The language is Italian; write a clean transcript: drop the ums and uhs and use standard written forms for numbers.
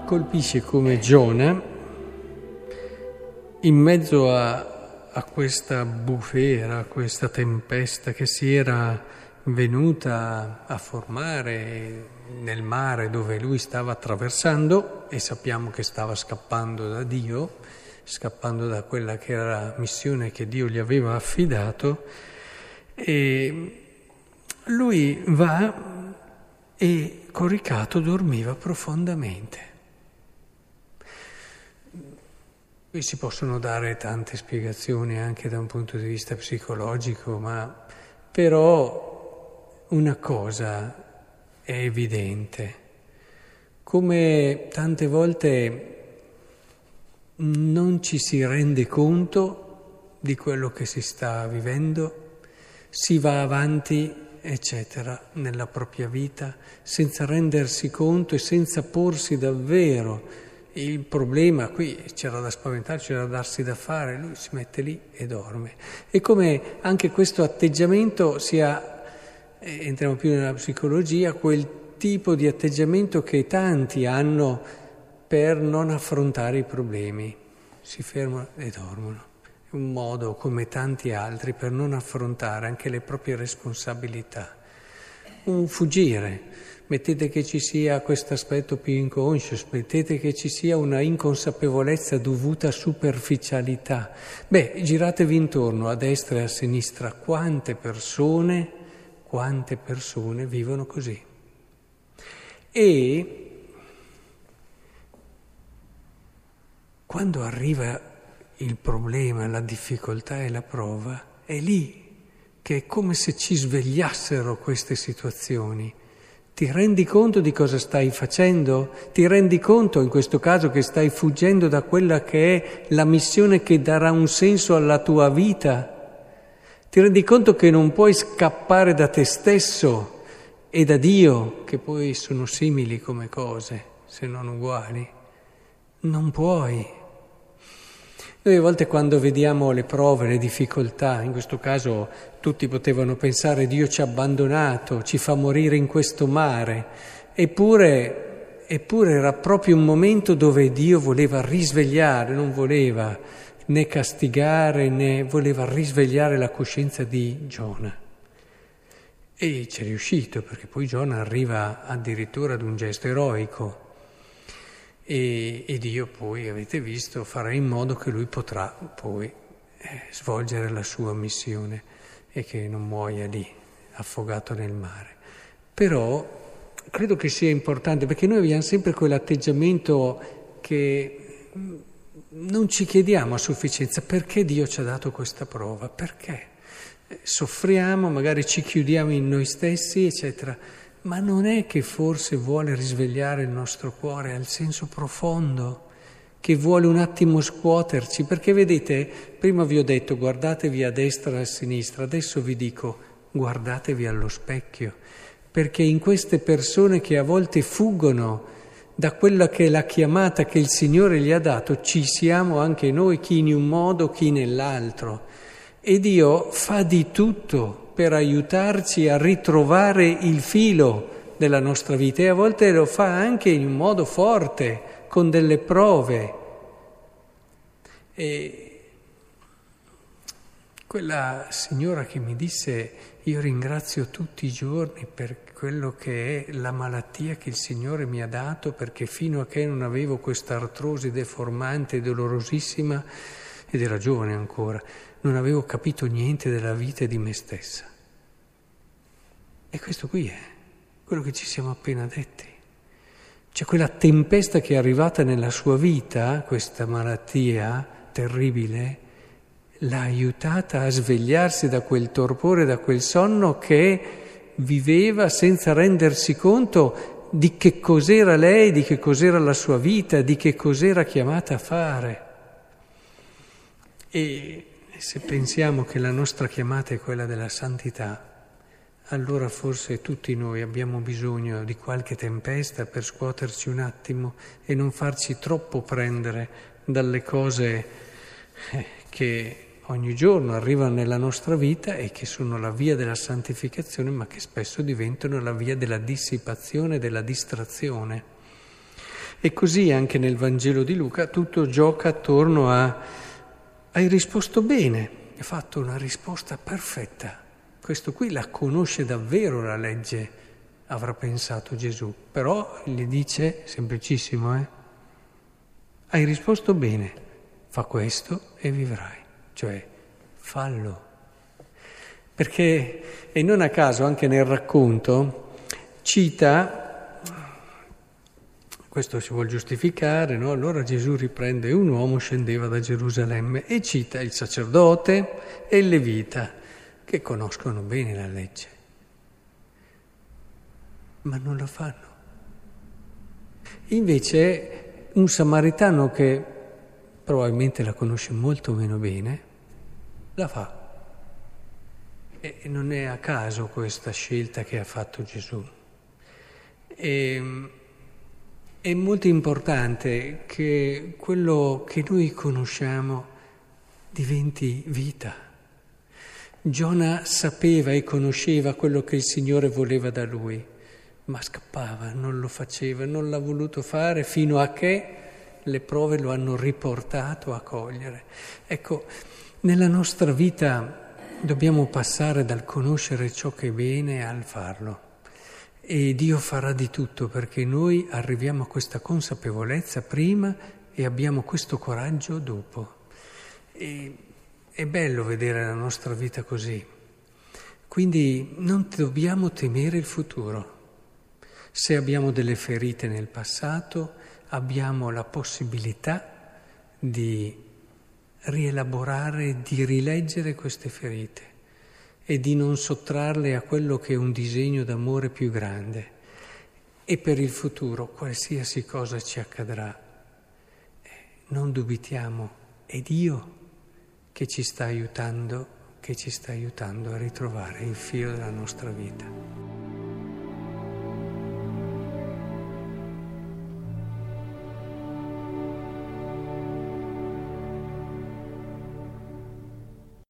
colpisce come Giona, in mezzo a questa bufera, a questa tempesta che si era venuta a formare nel mare dove lui stava attraversando, e sappiamo che stava scappando da Dio, scappando da quella che era la missione che Dio gli aveva affidato, e lui va e coricato dormiva profondamente. Qui si possono dare tante spiegazioni anche da un punto di vista psicologico, ma però una cosa è evidente: come tante volte non ci si rende conto di quello che si sta vivendo, si va avanti, eccetera, nella propria vita, senza rendersi conto e senza porsi davvero il problema. Qui c'era da spaventarsi, c'era da darsi da fare, lui si mette lì e dorme. E come anche questo atteggiamento sia, entriamo più nella psicologia, quel tipo di atteggiamento che tanti hanno per non affrontare i problemi, si fermano e dormono. È un modo, come tanti altri, per non affrontare anche le proprie responsabilità. Un fuggire. Mettete che ci sia questo aspetto più inconscio, mettete che ci sia una inconsapevolezza dovuta a superficialità. Giratevi intorno a destra e a sinistra, quante persone vivono così. E quando arriva il problema, la difficoltà e la prova, è lì che è come se ci svegliassero queste situazioni. Ti rendi conto di cosa stai facendo? Ti rendi conto in questo caso che stai fuggendo da quella che è la missione che darà un senso alla tua vita? Ti rendi conto che non puoi scappare da te stesso e da Dio, che poi sono simili come cose, se non uguali? Non puoi. Noi a volte quando vediamo le prove, le difficoltà, in questo caso tutti potevano pensare Dio ci ha abbandonato, ci fa morire in questo mare, eppure era proprio un momento dove Dio voleva risvegliare, non voleva né castigare né voleva risvegliare la coscienza di Giona. E ci è riuscito, perché poi Giona arriva addirittura ad un gesto eroico. E Dio poi, avete visto, farà in modo che lui potrà poi svolgere la sua missione e che non muoia lì, affogato nel mare. Però credo che sia importante, perché noi abbiamo sempre quell'atteggiamento che non ci chiediamo a sufficienza perché Dio ci ha dato questa prova, perché soffriamo, magari ci chiudiamo in noi stessi, eccetera. Ma non è che forse vuole risvegliare il nostro cuore al senso profondo, che vuole un attimo scuoterci? Perché vedete, prima vi ho detto guardatevi a destra e a sinistra, adesso vi dico guardatevi allo specchio, perché in queste persone che a volte fuggono da quella che è la chiamata che il Signore gli ha dato, ci siamo anche noi, chi in un modo, chi nell'altro. E Dio fa di tutto per aiutarci a ritrovare il filo della nostra vita, e a volte lo fa anche in un modo forte, con delle prove. E quella signora che mi disse io ringrazio tutti i giorni per quello che è la malattia che il Signore mi ha dato, perché fino a che non avevo questa artrosi deformante e dolorosissima, ed era giovane ancora, non avevo capito niente della vita e di me stessa. E questo qui è quello che ci siamo appena detti. C'è quella tempesta che è arrivata nella sua vita, questa malattia terribile, l'ha aiutata a svegliarsi da quel torpore, da quel sonno che viveva senza rendersi conto di che cos'era lei, di che cos'era la sua vita, di che cos'era chiamata a fare. E se pensiamo che la nostra chiamata è quella della santità, allora forse tutti noi abbiamo bisogno di qualche tempesta per scuoterci un attimo e non farci troppo prendere dalle cose che ogni giorno arrivano nella nostra vita e che sono la via della santificazione, ma che spesso diventano la via della dissipazione, della distrazione. E così anche nel Vangelo di Luca tutto gioca attorno a hai risposto bene, hai fatto una risposta perfetta. Questo qui la conosce davvero la legge, avrà pensato Gesù, però gli dice, semplicissimo, hai risposto bene, fa questo e vivrai, cioè fallo. Perché, e non a caso anche nel racconto, cita, questo si vuol giustificare, no? Allora Gesù riprende, un uomo scendeva da Gerusalemme e cita il sacerdote e il levita, che conoscono bene la legge, ma non la fanno. Invece un samaritano che probabilmente la conosce molto meno bene, la fa. E non è a caso questa scelta che ha fatto Gesù. È molto importante che quello che noi conosciamo diventi vita. Giona sapeva e conosceva quello che il Signore voleva da lui, ma scappava, non lo faceva, non l'ha voluto fare fino a che le prove lo hanno riportato a cogliere. Ecco, nella nostra vita dobbiamo passare dal conoscere ciò che è bene al farlo. E Dio farà di tutto perché noi arriviamo a questa consapevolezza prima e abbiamo questo coraggio dopo. E è bello vedere la nostra vita così. Quindi non dobbiamo temere il futuro. Se abbiamo delle ferite nel passato, abbiamo la possibilità di rielaborare, di rileggere queste ferite e di non sottrarle a quello che è un disegno d'amore più grande. E per il futuro, qualsiasi cosa ci accadrà, non dubitiamo, è Dio che ci sta aiutando a ritrovare il filo della nostra vita.